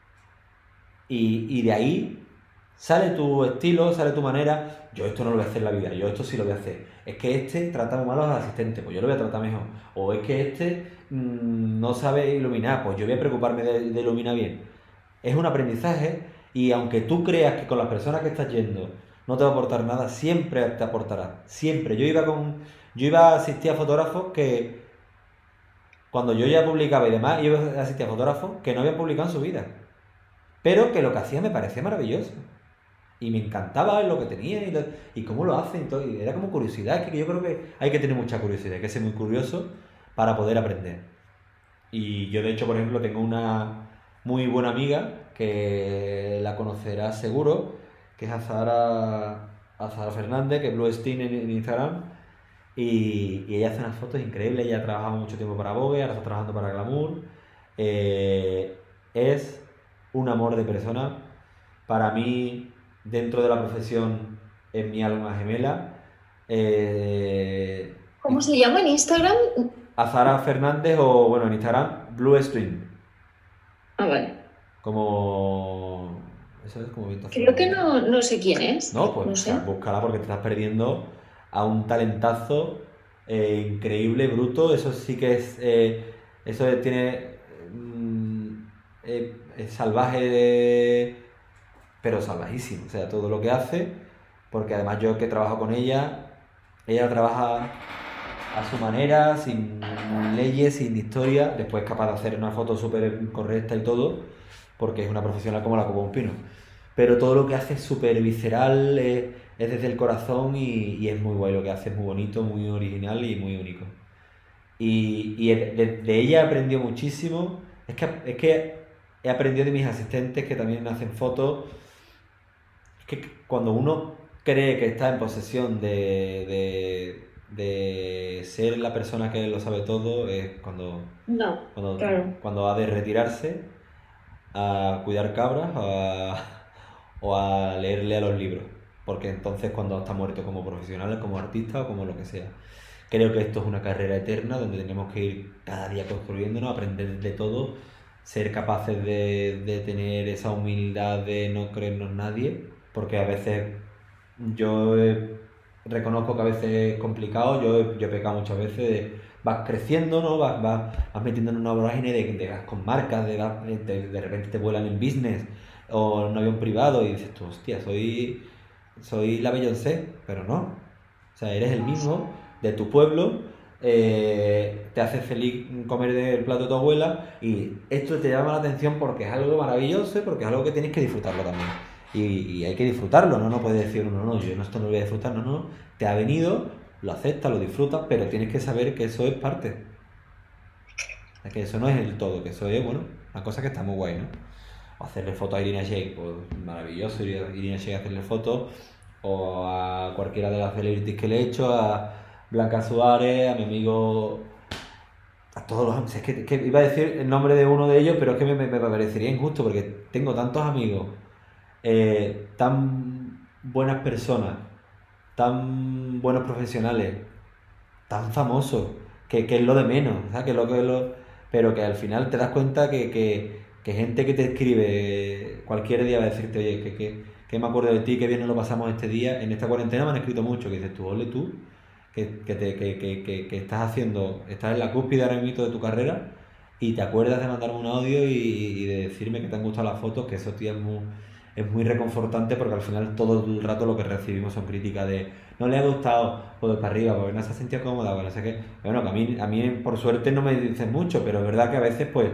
y, y de ahí sale tu estilo, sale tu manera. Yo esto no lo voy a hacer en la vida, yo esto sí lo voy a hacer. Es que este trata mal a los asistentes, pues yo lo voy a tratar mejor. O es que este mmm, no sabe iluminar, pues yo voy a preocuparme de, de iluminar bien. Es un aprendizaje Y aunque tú creas que con las personas que estás yendo no te va a aportar nada, siempre te aportará. Siempre. Yo iba con, yo iba a asistir a fotógrafos que, cuando yo ya publicaba y demás, iba a asistir a fotógrafos que no habían publicado en su vida. Pero que lo que hacía me parecía maravilloso. Y me encantaba lo que tenía y, lo, y cómo lo hacen y todo. Y era como curiosidad. Es que yo creo que hay que tener mucha curiosidad, hay que ser muy curioso para poder aprender. Y yo, de hecho, por ejemplo, tengo una muy buena amiga que la conocerás seguro, que es Azahara, Azahara Fernández, que es Blue Steam en, en Instagram. Y, y ella hace unas fotos increíbles. Ella ha trabajado mucho tiempo para Vogue, ahora está trabajando para Glamour. Eh, es un amor de persona. Para mí, dentro de la profesión, es mi alma gemela. Eh, ¿Cómo se llama en Instagram? Azahara Fernández, o bueno, en Instagram, Blue Stream. Ah, vale. Como... Eso es como viento azul. Creo que no, no sé quién es. No, pues No sé. búscala, porque te estás perdiendo a un talentazo eh, increíble, bruto. Eso sí que es... eh, eso tiene... mm, eh, es salvaje, de- pero salvajísimo. O sea, todo lo que hace, porque además yo que trabajo con ella, ella trabaja a su manera, sin leyes, sin historia. Después es capaz de hacer una foto súper correcta y todo, porque es una profesional como la copa de un pino. Pero todo lo que hace es súper visceral, es, es desde el corazón, y, y es muy guay lo que hace, es muy bonito, muy original y muy único. Y, y de, de ella he aprendido muchísimo. Es que, es que he aprendido de mis asistentes que también hacen fotos. Es que cuando uno cree que está en posesión de, de, de ser la persona que lo sabe todo, es cuando, No, cuando, claro. cuando ha de retirarse a cuidar cabras a- o a leerle a los libros. Porque entonces, cuando está muerto como profesional, como artista o como lo que sea. Creo que esto es una carrera eterna donde tenemos que ir cada día construyéndonos, aprender de todo, ser capaces de, de tener esa humildad de no creernos nadie, porque a veces yo eh, reconozco que a veces es complicado. Yo, he- yo he pecado muchas veces de vas creciendo, ¿no? Vas, vas, vas metiendo en una vorágine de, de vas con marcas, de, vas- de, de repente te vuelan en business o en un avión privado y dices tú, hostia, soy, soy la Beyoncé, pero no. O sea, eres el mismo de tu pueblo, eh, te hace feliz comer del plato de tu abuela, y esto te llama la atención porque es algo maravilloso y porque es algo que tienes que disfrutarlo también. Y, y hay que disfrutarlo, ¿no? No puedes decir, no, no, yo no, esto no lo voy a disfrutar, no, no. Te ha venido, lo aceptas, lo disfrutas, pero tienes que saber que eso es parte. Es que eso no es el todo, que eso es, bueno, una cosa que está muy guay, ¿no? O hacerle fotos a Irina Shayk, pues maravilloso, ir a Irina Shayk a hacerle fotos, o a cualquiera de las celebrities que le he hecho, a Blanca Suárez, a mi amigo, a todos los amigos. Es que, que iba a decir el nombre de uno de ellos, pero es que me, me- me parecería injusto, porque tengo tantos amigos, eh, tan buenas personas, tan buenos profesionales, tan famosos, que, que es lo de menos, ¿sabes? Que lo que lo, pero que al final te das cuenta que, que, que gente que te escribe cualquier día va a decirte, oye, que, que, que me acuerdo de ti, que bien nos lo pasamos este día. En esta cuarentena me han escrito mucho, que dices tú, ole tú, que, que, te, que, que, que, que estás haciendo, estás en la cúspide ahora mismo de tu carrera, y te acuerdas de mandarme un audio y, y de decirme que te han gustado las fotos, que eso, tío, es muy, es muy reconfortante, porque al final todo el rato lo que recibimos son críticas de no le ha gustado, o de para arriba, porque no se ha sentido cómoda, bueno, no sé qué. Bueno, que a mí, a mí por suerte no me dicen mucho, pero es verdad que a veces pues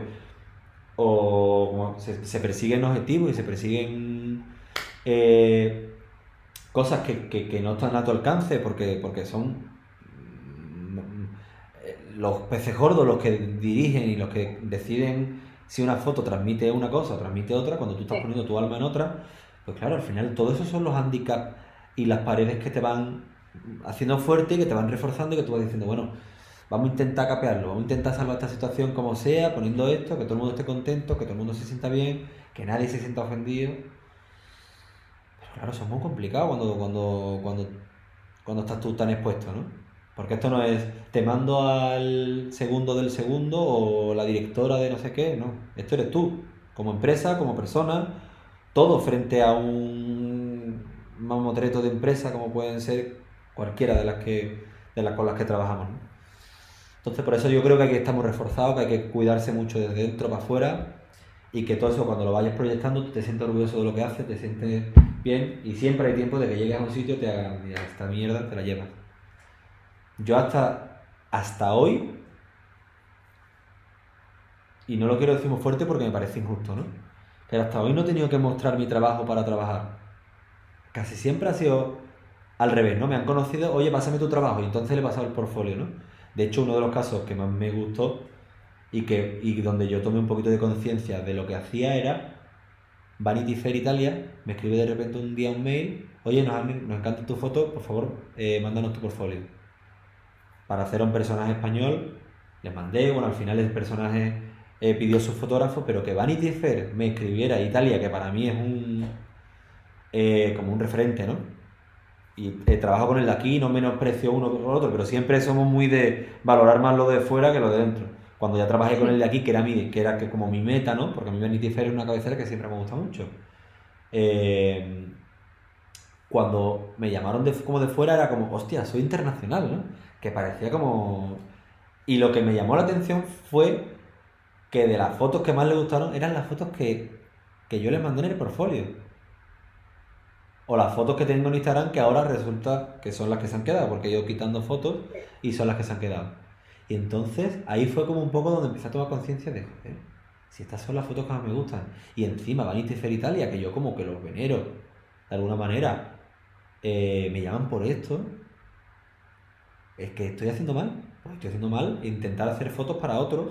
o como se, se persiguen objetivos y se persiguen eh, cosas que, que- que no están a tu alcance, porque, porque son mm, eh, los peces gordos los que dirigen y los que deciden si una foto transmite una cosa o transmite otra, cuando tú estás Sí. poniendo tu alma en otra. Pues claro, al final todo eso son los handicaps y las paredes que te van haciendo fuerte y que te van reforzando, y que tú vas diciendo, bueno, vamos a intentar capearlo, vamos a intentar salvar esta situación como sea, poniendo esto, que todo el mundo esté contento, que todo el mundo se sienta bien, que nadie se sienta ofendido. Pero claro, eso es muy complicado cuando, cuando, cuando, cuando estás tú tan expuesto, ¿no? Porque esto no es, te mando al segundo del segundo o la directora de no sé qué, no. Esto eres tú, como empresa, como persona, todo frente a un mamotreto de empresa como pueden ser cualquiera de las que de las con las que trabajamos, ¿no? Entonces, por eso yo creo que aquí estamos reforzados, que hay que cuidarse mucho desde dentro para afuera, y que todo eso cuando lo vayas proyectando tú te sientes orgulloso de lo que haces, te sientes bien y siempre hay tiempo de que llegues a un sitio y te hagan, mira, esta mierda te la llevas. Yo hasta, hasta hoy, y no lo quiero decir muy fuerte porque me parece injusto, ¿no? Pero hasta hoy no he tenido que mostrar mi trabajo para trabajar. Casi siempre ha sido al revés, ¿no? Me han conocido, oye, pásame tu trabajo, y entonces le he pasado el portfolio, ¿no? De hecho, uno de los casos que más me gustó y, que, y donde yo tomé un poquito de conciencia de lo que hacía era Vanity Fair Italia, me escribe de repente un día un mail, oye, nos, nos encanta tu foto, por favor, eh, mándanos tu portfolio. Para hacer a un personaje español, les mandé, bueno, al final el personaje eh, pidió su fotógrafo, pero que Vanity Fair me escribiera Italia, que para mí es un eh, como un referente, ¿no? Y eh, trabajo con el de aquí, no menosprecio uno por el otro, pero siempre somos muy de valorar más lo de fuera que lo de dentro. Cuando ya trabajé con el de aquí, que era, mi, que era que como mi meta, ¿no? Porque a mí Vanity Fair es una cabecera que siempre me gusta mucho. Eh, cuando me llamaron de, como de fuera era como, hostia, soy internacional, ¿no? Que parecía como... Y lo que me llamó la atención fue que de las fotos que más le gustaron eran las fotos que, que yo les mandé en el portfolio. O las fotos que tengo en Instagram que ahora resulta que son las que se han quedado, porque he ido quitando fotos y son las que se han quedado. Y entonces ahí fue como un poco donde empecé a tomar conciencia de, joder, si estas son las fotos que más me gustan. Y encima Vanity Fair Italia, que yo como que los venero de alguna manera, eh, me llaman por esto, es que estoy haciendo mal. Pues estoy haciendo mal intentar hacer fotos para otros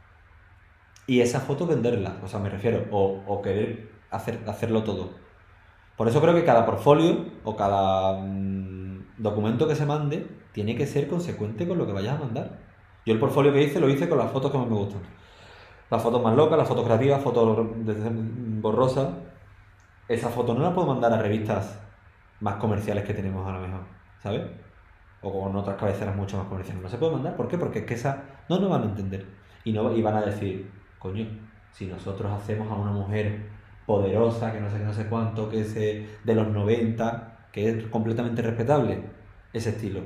y esas fotos venderlas. O sea, me refiero, o, o querer hacer, hacerlo todo. Por eso creo que cada portfolio o cada mmm, documento que se mande tiene que ser consecuente con lo que vayas a mandar. Yo el portfolio que hice lo hice con las fotos que más me gustan. Las fotos más locas, las fotos creativas, fotos borrosas. Esas fotos no las puedo mandar a revistas más comerciales que tenemos a lo mejor, ¿sabes? O con otras cabeceras mucho más comerciales. No se puede mandar. ¿Por qué? Porque es que esas no nos van a entender. Y, no, y van a decir, coño, si nosotros hacemos a una mujer poderosa, que no sé qué, no sé cuánto, que es de los noventa, que es completamente respetable, ese estilo.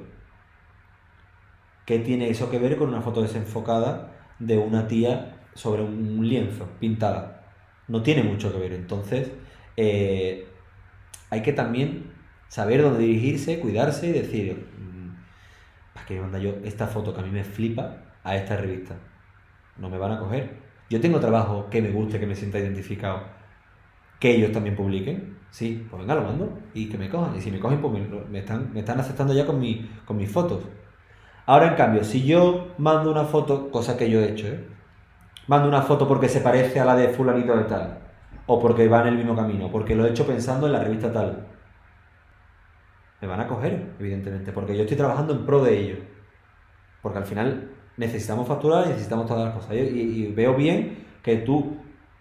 ¿Qué tiene eso que ver con una foto desenfocada de una tía sobre un lienzo, pintada? No tiene mucho que ver. Entonces, eh, hay que también saber dónde dirigirse, cuidarse y decir, ¿para qué manda yo esta foto que a mí me flipa a esta revista? No me van a coger. Yo tengo trabajo que me guste, que me sienta identificado, que ellos también publiquen, sí, pues venga, lo mando y que me cojan. Y si me cogen, pues me, me, están, me están aceptando ya con, mi, con mis fotos. Ahora, en cambio, si yo mando una foto, cosa que yo he hecho, ¿eh? Mando una foto porque se parece a la de fulanito de tal, o porque va en el mismo camino, porque lo he hecho pensando en la revista tal, me van a coger, evidentemente, porque yo estoy trabajando en pro de ello. Porque al final necesitamos facturar y necesitamos todas las cosas. Y, y, y veo bien que tú...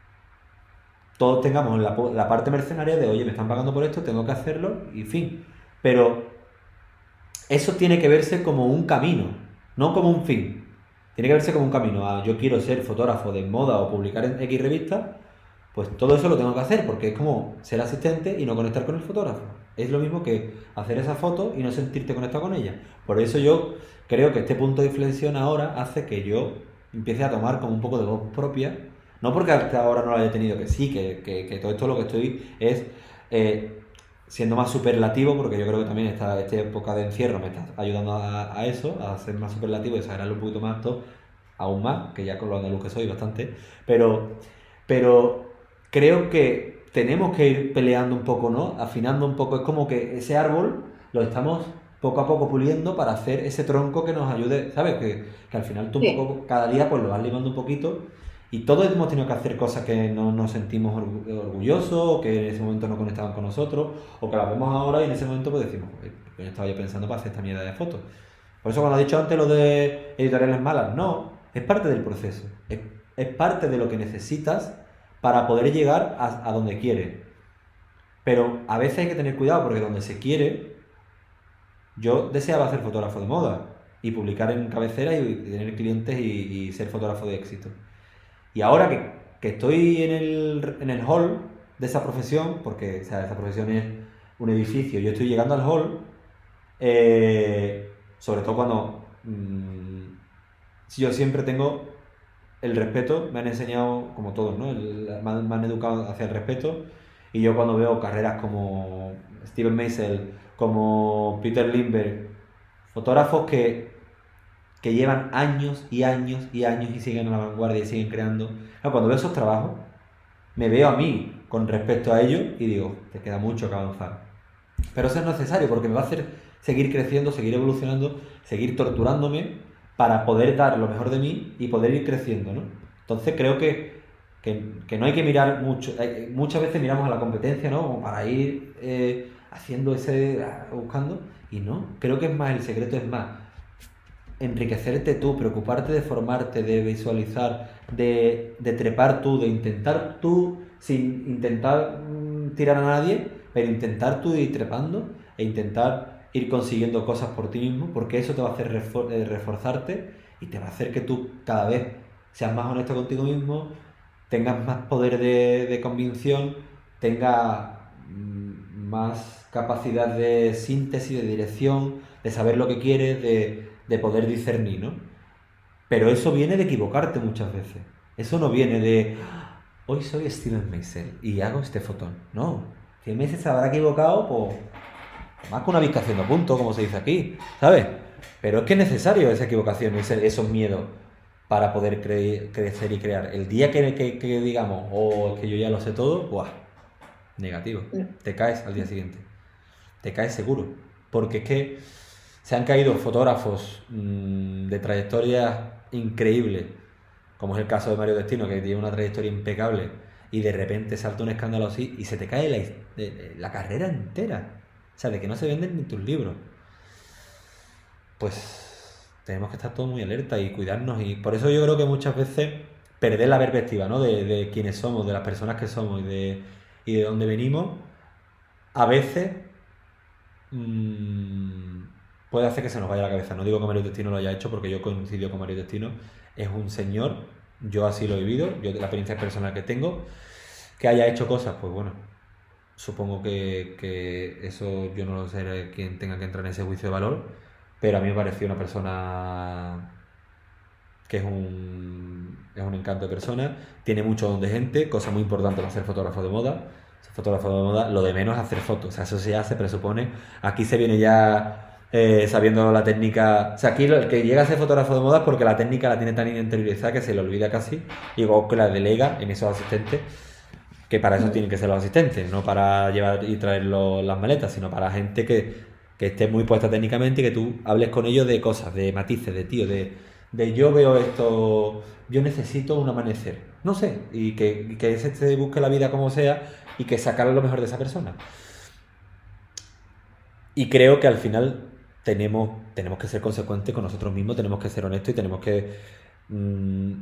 todos tengamos la, la parte mercenaria de, oye, me están pagando por esto, tengo que hacerlo, y fin. Pero eso tiene que verse como un camino, no como un fin. Tiene que verse como un camino. Ah, yo quiero ser fotógrafo de moda o publicar en X revista, pues todo eso lo tengo que hacer, porque es como ser asistente y no conectar con el fotógrafo. Es lo mismo que hacer esa foto y no sentirte conectado con ella. Por eso yo creo que este punto de inflexión ahora hace que yo empiece a tomar como un poco de voz propia. No porque hasta ahora no lo haya tenido, que sí, que, que, que todo esto lo que estoy es eh, siendo más superlativo, porque yo creo que también esta, esta época de encierro me está ayudando a, a eso, a ser más superlativo y exagerarlo un poquito más todo, aún más, que ya con lo andaluz que soy bastante, pero, pero creo que tenemos que ir peleando un poco, ¿no? Afinando un poco, es como que ese árbol lo estamos poco a poco puliendo para hacer ese tronco que nos ayude, ¿sabes? Que, que al final tú un poco, cada día pues lo vas limando un poquito. Y todos hemos tenido que hacer cosas que no nos sentimos orgullosos, o que en ese momento no conectaban con nosotros, o que las vemos ahora y en ese momento pues decimos, yo estaba yo pensando para hacer esta mierda de fotos. Por eso cuando he dicho antes lo de editoriales malas, no, es parte del proceso, es, es parte de lo que necesitas para poder llegar a, a donde quieres. Pero a veces hay que tener cuidado porque donde se quiere, yo deseaba ser fotógrafo de moda y publicar en cabecera y tener clientes y, y ser fotógrafo de éxito. Y ahora que, que estoy en el, en el hall de esa profesión, porque o sea, esa profesión es un edificio, yo estoy llegando al hall, eh, sobre todo cuando mmm, yo siempre tengo el respeto, me han enseñado, como todos, ¿no? El, me, han, me han educado hacia el respeto, y yo cuando veo carreras como Steven Meisel, como Peter Lindbergh, fotógrafos que, que llevan años y años y años y siguen a la vanguardia y siguen creando, claro, cuando veo esos trabajos, me veo a mí con respecto a ellos y digo, te queda mucho que avanzar. Pero eso es necesario porque me va a hacer seguir creciendo, seguir evolucionando, seguir torturándome para poder dar lo mejor de mí y poder ir creciendo, ¿no? Entonces creo que, que, que no hay que mirar mucho. Hay, muchas veces miramos a la competencia, ¿no? Como para ir eh, haciendo ese... buscando. Y no, creo que es más, el secreto es más enriquecerte tú, preocuparte de formarte, de visualizar, de, de trepar tú, de intentar tú, sin intentar mmm, tirar a nadie, pero intentar tú ir trepando e intentar ir consiguiendo cosas por ti mismo, porque eso te va a hacer refor- eh, reforzarte y te va a hacer que tú cada vez seas más honesto contigo mismo, tengas más poder de, de convicción, tengas mmm, más capacidad de síntesis, de dirección, de saber lo que quieres, de, de poder discernir, ¿no? Pero eso viene de equivocarte muchas veces. Eso no viene de hoy soy Steven Meisel y hago este fotón. No, Steven Meisel se habrá equivocado por más que una visca haciendo punto, como se dice aquí, ¿sabes? Pero es que es necesario esa equivocación, ese, esos miedos para poder cre- crecer y crear. El día que, que, que digamos, oh, es que yo ya lo sé todo, ¡buah! Negativo. Te caes al día siguiente. Te caes seguro. Porque es que se han caído fotógrafos mmm, de trayectorias increíbles, como es el caso de Mario Destino, que tiene una trayectoria impecable, y de repente salta un escándalo así y se te cae la, la carrera entera. O sea, de que no se venden ni tus libros. Pues tenemos que estar todos muy alerta y cuidarnos. Y por eso yo creo que muchas veces perder la perspectiva, ¿no? De, de quiénes somos, de las personas que somos y de, y de dónde venimos, a veces mmm, puede hacer que se nos vaya la cabeza. No digo que Mario Destino lo haya hecho, porque yo coincido con Mario Destino. Es un señor, yo así lo he vivido, yo de la experiencia personal que tengo, que haya hecho cosas, pues bueno, supongo que, que eso yo no lo sé quién tenga que entrar en ese juicio de valor, pero a mí me pareció una persona que es un, es un encanto de persona, tiene mucho don de gente, cosa muy importante para ser fotógrafo de moda. Ser fotógrafo de moda, lo de menos es hacer fotos, o sea, eso se hace, presupone. Aquí se viene ya eh, sabiendo la técnica, o sea, aquí el que llega a ser fotógrafo de moda es porque la técnica la tiene tan interiorizada que se le olvida casi, y luego que la delega en esos asistentes, que para eso tienen que ser los asistentes, no para llevar y traer los, las maletas, sino para gente que, que esté muy puesta técnicamente y que tú hables con ellos de cosas, de matices, de tío, de, de yo veo esto, yo necesito un amanecer, no sé, y que, y que ese te busque la vida como sea y que sacar lo mejor de esa persona. Y creo que al final tenemos, tenemos que ser consecuentes con nosotros mismos, tenemos que ser honestos y tenemos que mmm,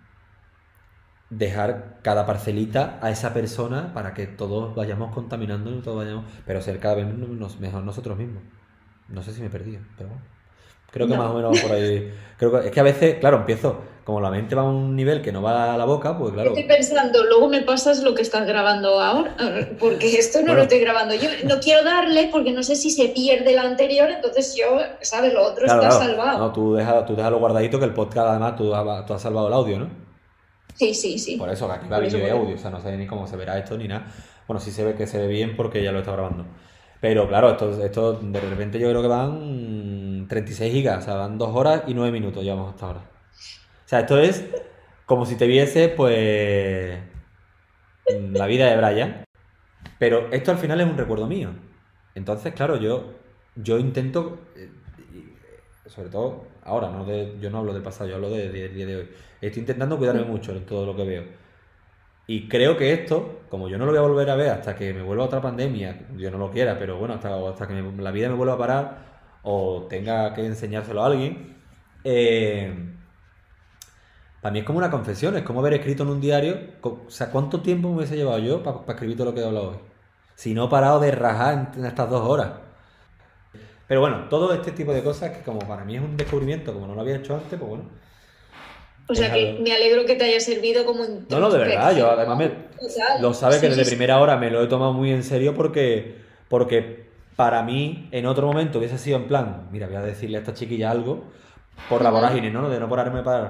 dejar cada parcelita a esa persona para que todos vayamos contaminando, todos vayamos, pero ser cada vez nos, mejor nosotros mismos. No sé si me he perdido, pero bueno. Creo que no. Más o menos por ahí. Creo que, es que a veces, claro, empiezo, como la mente va a un nivel que no va a la boca, pues claro. Estoy pensando, luego me pasas lo que estás grabando ahora, porque esto no bueno. lo estoy grabando. Yo no quiero darle porque no sé si se pierde la anterior, entonces yo, ¿sabes? Lo otro claro, está claro. salvado. No, tú deja, tú déjalo guardadito, que el podcast además tú, tú has salvado el audio, ¿no? Sí, sí, sí. Por eso, que aquí va vídeo y audio, o sea, no sé ni cómo se verá esto ni nada. Bueno, sí se ve que se ve bien porque ya lo está grabando. Pero claro, esto, esto de repente yo creo que van treinta y seis gigas, o sea, van dos horas y nueve minutos llevamos hasta ahora. O sea, esto es como si te viese, pues, la vida de Brian. Pero esto al final es un recuerdo mío. Entonces, claro, yo, yo intento, sobre todo ahora, no de, yo no hablo del pasado, yo hablo del de, de, día de hoy. Estoy intentando cuidarme mucho en todo lo que veo. Y creo que esto, como yo no lo voy a volver a ver hasta que me vuelva otra pandemia, yo no lo quiera, pero bueno, hasta, hasta que me, la vida me vuelva a parar o tenga que enseñárselo a alguien, eh, para mí es como una confesión, es como haber escrito en un diario. O sea, ¿cuánto tiempo me hubiese llevado yo para pa escribir todo lo que he hablado hoy? Si no he parado de rajar en, en estas dos horas. Pero bueno, todo este tipo de cosas que como para mí es un descubrimiento, como no lo había hecho antes, pues bueno. O sea que me alegro que te haya servido como un... No, no, de verdad, yo además me, o sea, lo sabes sí, que desde sí, primera hora me lo he tomado muy en serio porque, porque para mí en otro momento hubiese sido en plan, mira, voy a decirle a esta chiquilla algo por la vorágine, ¿no? De no pararme para...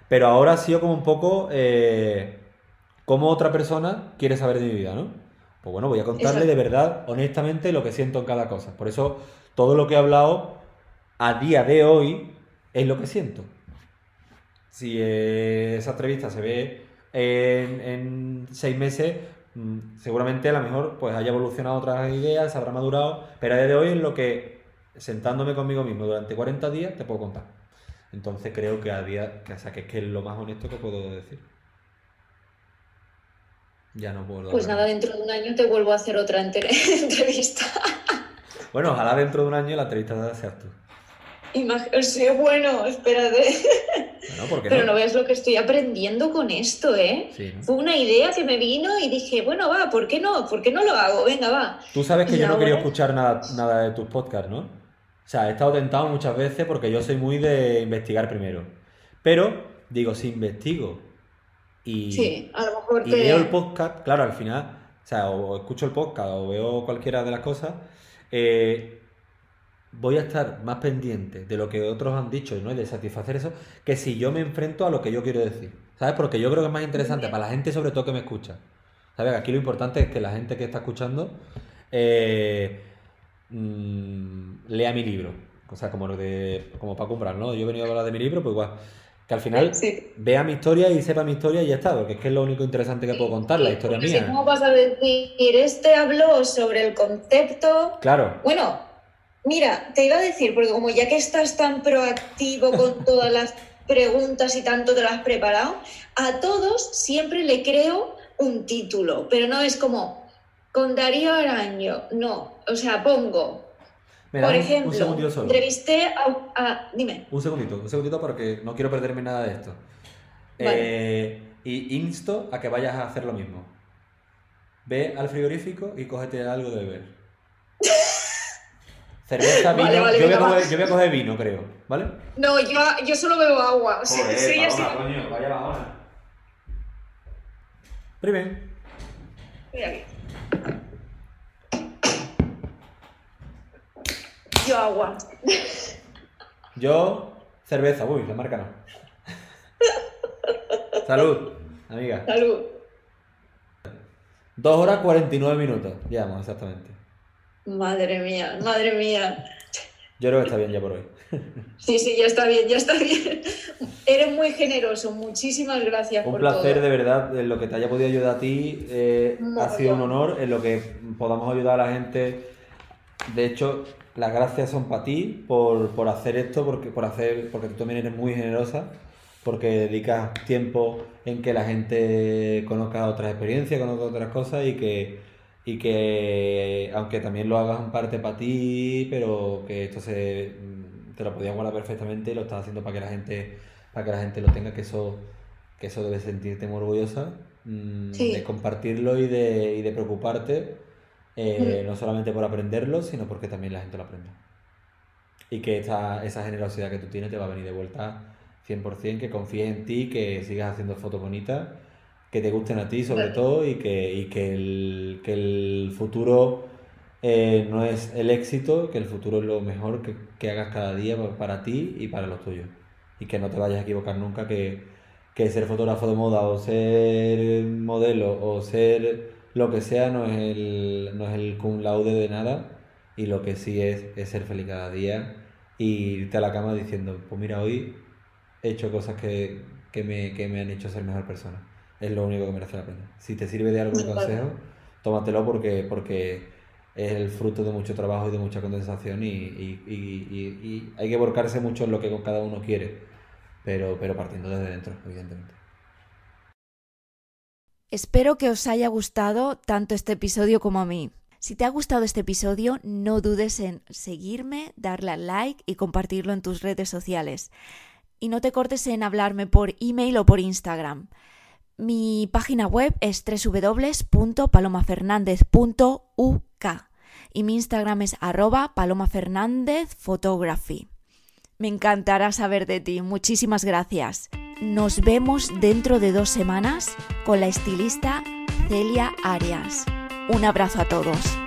Pero ahora ha sido como un poco eh, cómo otra persona quiere saber de mi vida, ¿no? Pues bueno, voy a contarle Exacto. de verdad, honestamente, lo que siento en cada cosa. Por eso, todo lo que he hablado a día de hoy es lo que siento. Si eh, esa entrevista se ve en, en seis meses, mm, seguramente a lo mejor pues haya evolucionado otras ideas, se habrá madurado, pero a día de hoy es lo que, sentándome conmigo mismo durante cuarenta días, te puedo contar. Entonces creo que a día, que, o sea, que es que es lo más honesto que puedo decir. Ya no puedo dar Pues más. nada, dentro de un año te vuelvo a hacer otra entre- entrevista. Bueno, ojalá dentro de un año la entrevista seas tú. Imag- sí, bueno, espérate. Bueno, ¿por qué Pero no? no veas lo que estoy aprendiendo con esto, ¿eh? Sí, ¿no? Fue una idea que me vino y dije, bueno, va, ¿por qué no? ¿Por qué no lo hago? Venga, va. Tú sabes que Y yo no quería ahora, escuchar nada, nada de tus podcasts, ¿no? O sea, he estado tentado muchas veces porque yo soy muy de investigar primero. Pero, digo, si investigo y, sí, a lo mejor y veo el te... podcast, claro, al final, o sea, o, o escucho el podcast o veo cualquiera de las cosas, eh, voy a estar más pendiente de lo que otros han dicho, ¿no? Y de satisfacer eso, que si yo me enfrento a lo que yo quiero decir, ¿sabes? Porque yo creo que es más interesante para la gente, sobre todo, que me escucha. ¿Sabes? Aquí lo importante es que la gente que está escuchando eh, mm, lea mi libro. O sea, como, de, como para comprar, ¿no? Yo he venido a hablar de mi libro, pues igual. Que al final Sí. vea mi historia y sepa mi historia y ya está, porque es que es lo único interesante que puedo contar, la historia Porque si mía. no vas a decir, este habló sobre el concepto... Claro. Bueno, mira, te iba a decir, porque como ya que estás tan proactivo con todas las preguntas y tanto te las has preparado, a todos siempre le creo un título, pero no es como con Darío Araño, no, o sea, pongo, Me das por un- un ejemplo, segundito solo. entrevisté a, a- dime, Un segundito, un segundito porque no quiero perderme nada de esto. Vale. Eh, y insto a que vayas a hacer lo mismo. Ve al frigorífico y cógete algo de beber. Cerveza, vino. Vale, vale, yo, voy a venga, coger, va. yo voy a coger vino, creo. ¿Vale? no, yo, yo solo bebo agua, o sea, Joder, soy así. Paloma, coño, vaya bajona. Primer. Mira aquí. Yo agua. Yo, cerveza. Uy, la marca no. Salud, amiga. Salud. Dos horas cuarenta y nueve minutos. Llevamos, exactamente. Madre mía, madre mía. Yo creo que está bien ya por hoy. Sí, sí, ya está bien, ya está bien. Eres muy generoso, muchísimas gracias Un por placer, todo. de verdad, en lo que te haya podido ayudar a ti. eh, ha sido un honor en lo que podamos ayudar a la gente. De hecho, las gracias son para ti por, por hacer esto, porque, por hacer, porque tú también eres muy generosa, porque dedicas tiempo en que la gente conozca otras experiencias, conozca otras cosas y que, y que aunque también lo hagas en parte para ti, pero que esto se, te lo podías guardar perfectamente y lo estás haciendo para que la gente, para que la gente lo tenga, que eso, que eso debe sentirte muy orgullosa, mm, Sí. de compartirlo y de, y de preocuparte. Eh, no solamente por aprenderlo, sino porque también la gente lo aprende. Y que esa, esa generosidad que tú tienes te va a venir de vuelta cien por ciento, que confíes en ti, que sigas haciendo fotos bonitas, que te gusten a ti sobre Gracias. todo y que, y que, el, que el futuro eh, no es el éxito, que el futuro es lo mejor que, que hagas cada día pa- para ti y para los tuyos. Y que no te vayas a equivocar nunca, que, que ser fotógrafo de moda o ser modelo o ser lo que sea no es el, no es el cum laude de nada, y lo que sí es, es ser feliz cada día y irte a la cama diciendo, pues mira, hoy he hecho cosas que, que me, que me han hecho ser mejor persona. Es lo único que merece la pena. Si te sirve de algo mi consejo, tómatelo porque, porque es el fruto de mucho trabajo y de mucha condensación y, y, y, y, y hay que volcarse mucho en lo que cada uno quiere, pero, pero partiendo desde dentro, evidentemente. Espero que os haya gustado tanto este episodio como a mí. Si te ha gustado este episodio, no dudes en seguirme, darle al like y compartirlo en tus redes sociales. Y no te cortes en hablarme por email o por Instagram. Mi página web es doble u doble u doble u punto paloma fernández punto u k y mi Instagram es arroba palomafernandezphotography. Me encantará saber de ti. Muchísimas gracias. Nos vemos dentro de dos semanas con la estilista Celia Arias. Un abrazo a todos.